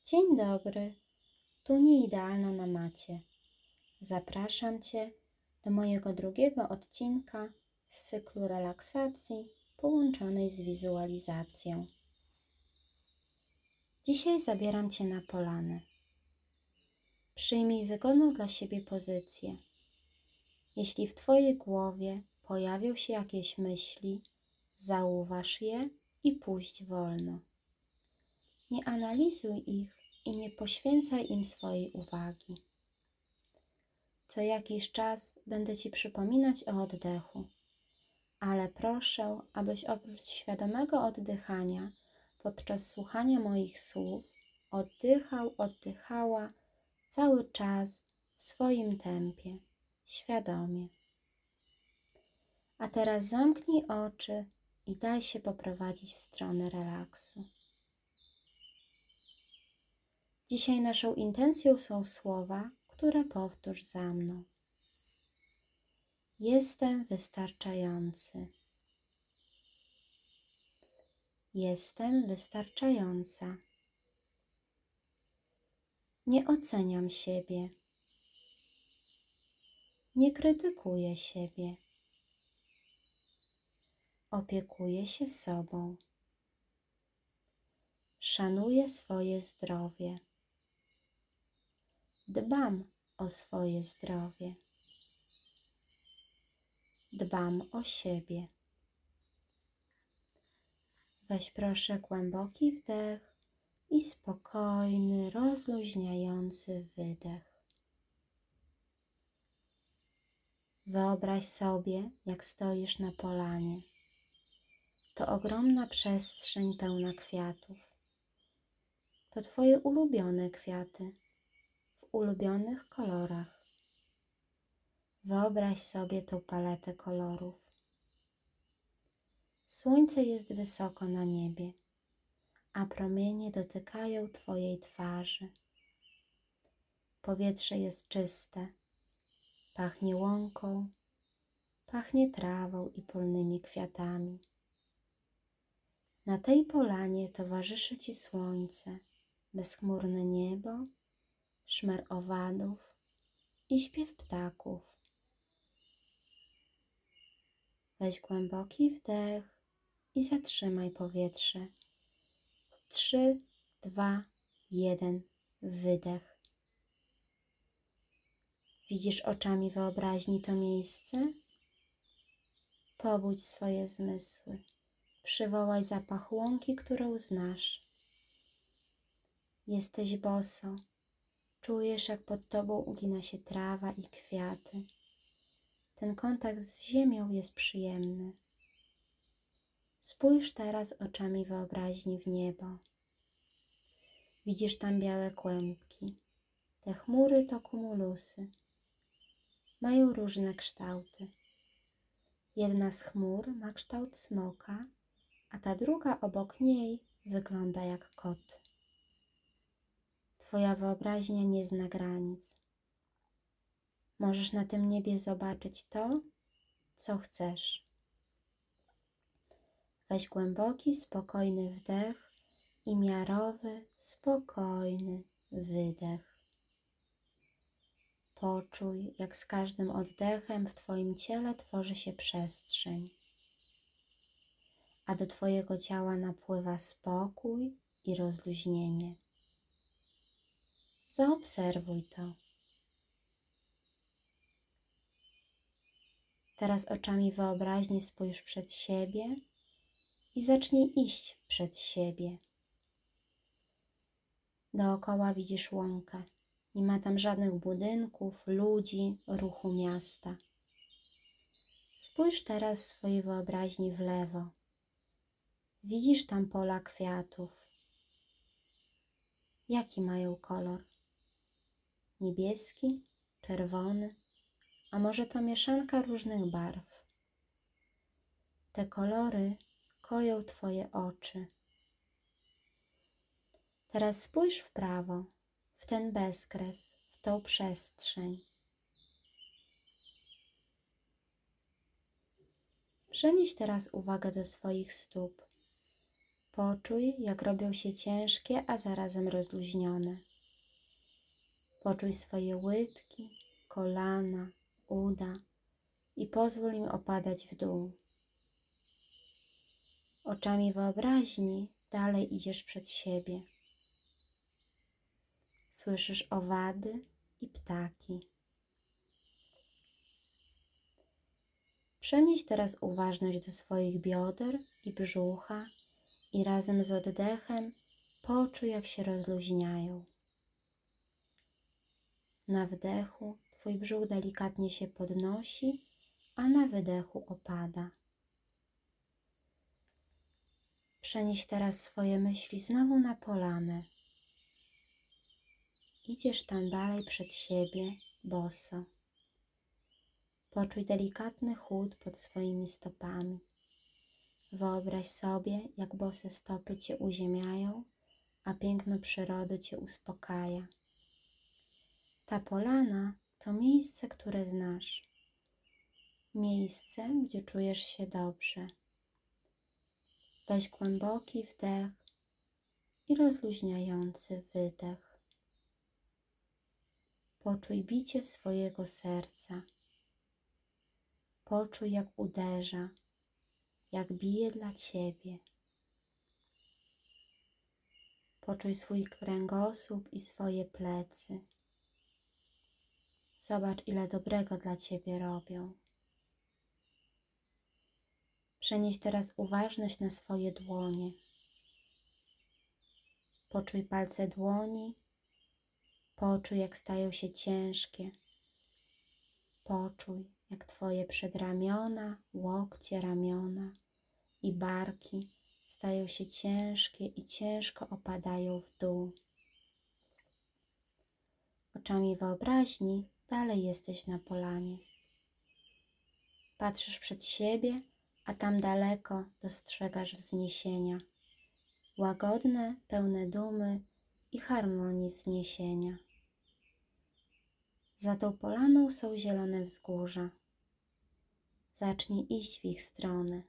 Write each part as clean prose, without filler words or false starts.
Dzień dobry, tu Nieidealna na macie. Zapraszam Cię do mojego drugiego odcinka z cyklu relaksacji połączonej z wizualizacją. Dzisiaj zabieram Cię na polanę. Przyjmij wygodną dla siebie pozycję. Jeśli w Twojej głowie pojawią się jakieś myśli, zauważ je i puść wolno. Nie analizuj ich i nie poświęcaj im swojej uwagi. Co jakiś czas będę Ci przypominać o oddechu, ale proszę, abyś oprócz świadomego oddychania podczas słuchania moich słów oddychał, oddychała cały czas w swoim tempie, świadomie. A teraz zamknij oczy i daj się poprowadzić w stronę relaksu. Dzisiaj naszą intencją są słowa, które powtórz za mną. Jestem wystarczający. Jestem wystarczająca. Nie oceniam siebie. Nie krytykuję siebie. Opiekuję się sobą. Szanuję swoje zdrowie. Dbam o swoje zdrowie. Dbam o siebie. Weź proszę głęboki wdech i spokojny, rozluźniający wydech. Wyobraź sobie, jak stoisz na polanie. To ogromna przestrzeń pełna kwiatów. To Twoje ulubione kwiaty w ulubionych kolorach. Wyobraź sobie tą paletę kolorów. Słońce jest wysoko na niebie, a promienie dotykają Twojej twarzy. Powietrze jest czyste, pachnie łąką, pachnie trawą i polnymi kwiatami. Na tej polanie towarzyszy Ci słońce, bezchmurne niebo, szmer owadów i śpiew ptaków. Weź głęboki wdech i zatrzymaj powietrze. 3, 2, 1, wydech. Widzisz oczami wyobraźni to miejsce? Pobudź swoje zmysły. Przywołaj zapach łąki, którą znasz. Jesteś boso. Czujesz, jak pod Tobą ugina się trawa i kwiaty. Ten kontakt z ziemią jest przyjemny. Spójrz teraz oczami wyobraźni w niebo. Widzisz tam białe kłębki. Te chmury to kumulusy. Mają różne kształty. Jedna z chmur ma kształt smoka, a ta druga obok niej wygląda jak kot. Twoja wyobraźnia nie zna granic. Możesz na tym niebie zobaczyć to, co chcesz. Weź głęboki, spokojny wdech i miarowy, spokojny wydech. Poczuj, jak z każdym oddechem w Twoim ciele tworzy się przestrzeń, a do Twojego ciała napływa spokój i rozluźnienie. Zaobserwuj to. Teraz oczami wyobraźni spójrz przed siebie i zacznij iść przed siebie. Dookoła widzisz łąkę. Nie ma tam żadnych budynków, ludzi, ruchu miasta. Spójrz teraz w swojej wyobraźni w lewo. Widzisz tam pola kwiatów. Jaki mają kolor? Niebieski, czerwony, a może to mieszanka różnych barw. Te kolory koją Twoje oczy. Teraz spójrz w prawo, w ten bezkres, w tą przestrzeń. Przenieś teraz uwagę do swoich stóp. Poczuj, jak robią się ciężkie, a zarazem rozluźnione. Poczuj swoje łydki, kolana, uda i pozwól im opadać w dół. Oczami wyobraźni dalej idziesz przed siebie. Słyszysz owady i ptaki. Przenieś teraz uważność do swoich bioder i brzucha i razem z oddechem poczuj, jak się rozluźniają. Na wdechu twój brzuch delikatnie się podnosi, a na wydechu opada. Przenieś teraz swoje myśli znowu na polanę. Idziesz tam dalej przed siebie, boso. Poczuj delikatny chłód pod swoimi stopami. Wyobraź sobie, jak bose stopy Cię uziemiają, a piękno przyrody Cię uspokaja. Ta polana to miejsce, które znasz. Miejsce, gdzie czujesz się dobrze. Weź głęboki wdech i rozluźniający wydech. Poczuj bicie swojego serca. Poczuj, jak uderza, jak bije dla Ciebie. Poczuj swój kręgosłup i swoje plecy. Zobacz, ile dobrego dla Ciebie robią. Przenieś teraz uważność na swoje dłonie. Poczuj palce dłoni. Poczuj, jak stają się ciężkie. Poczuj, jak Twoje przedramiona, łokcie, ramiona i barki stają się ciężkie i ciężko opadają w dół. Oczami wyobraźni dalej jesteś na polanie. Patrzysz przed siebie, a tam daleko dostrzegasz wzniesienia. Łagodne, pełne dumy i harmonii wzniesienia. Za tą polaną są zielone wzgórza. Zacznij iść w ich stronę.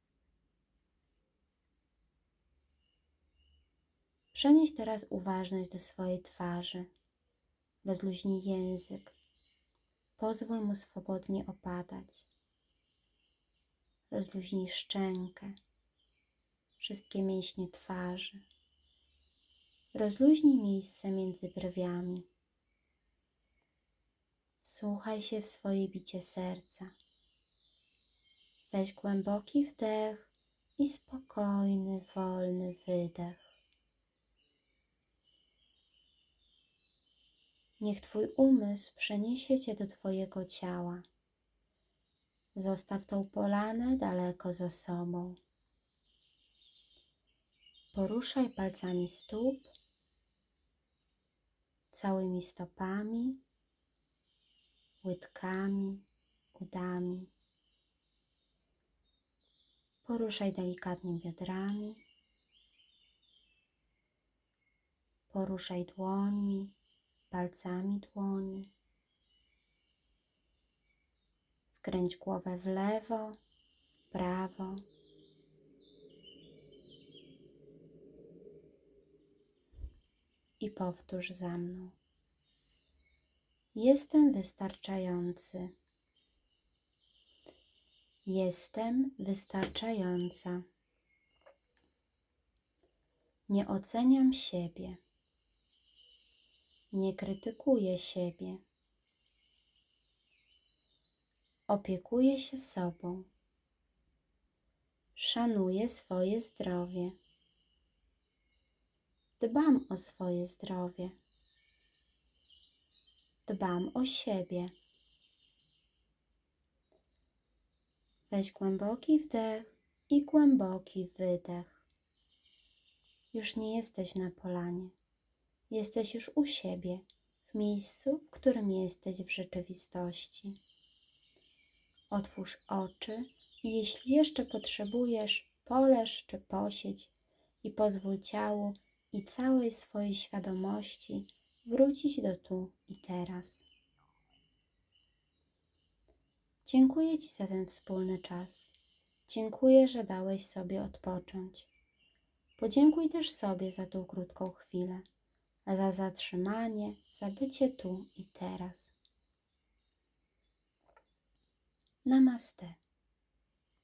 Przenieś teraz uważność do swojej twarzy. Rozluźnij język. Pozwól mu swobodnie opadać. Rozluźnij szczękę, wszystkie mięśnie twarzy. Rozluźnij miejsce między brwiami. Wsłuchaj się w swoje bicie serca. Weź głęboki wdech i spokojny, wolny wydech. Niech Twój umysł przeniesie Cię do Twojego ciała. Zostaw tą polanę daleko za sobą. Poruszaj palcami stóp, całymi stopami, łydkami, udami. Poruszaj delikatnie biodrami. Poruszaj dłońmi, palcami dłoni. Skręć głowę w lewo, w prawo. I powtórz za mną. Jestem wystarczający. Jestem wystarczająca. Nie oceniam siebie. Nie krytykuję siebie. Opiekuję się sobą. Szanuję swoje zdrowie. Dbam o swoje zdrowie. Dbam o siebie. Weź głęboki wdech i głęboki wydech. Już nie jesteś na polanie. Jesteś już u siebie, w miejscu, w którym jesteś w rzeczywistości. Otwórz oczy i jeśli jeszcze potrzebujesz, poleż czy posiedź i pozwól ciału i całej swojej świadomości wrócić do tu i teraz. Dziękuję Ci za ten wspólny czas. Dziękuję, że dałeś sobie odpocząć. Podziękuj też sobie za tą krótką chwilę, za zatrzymanie, za bycie tu i teraz. Namaste.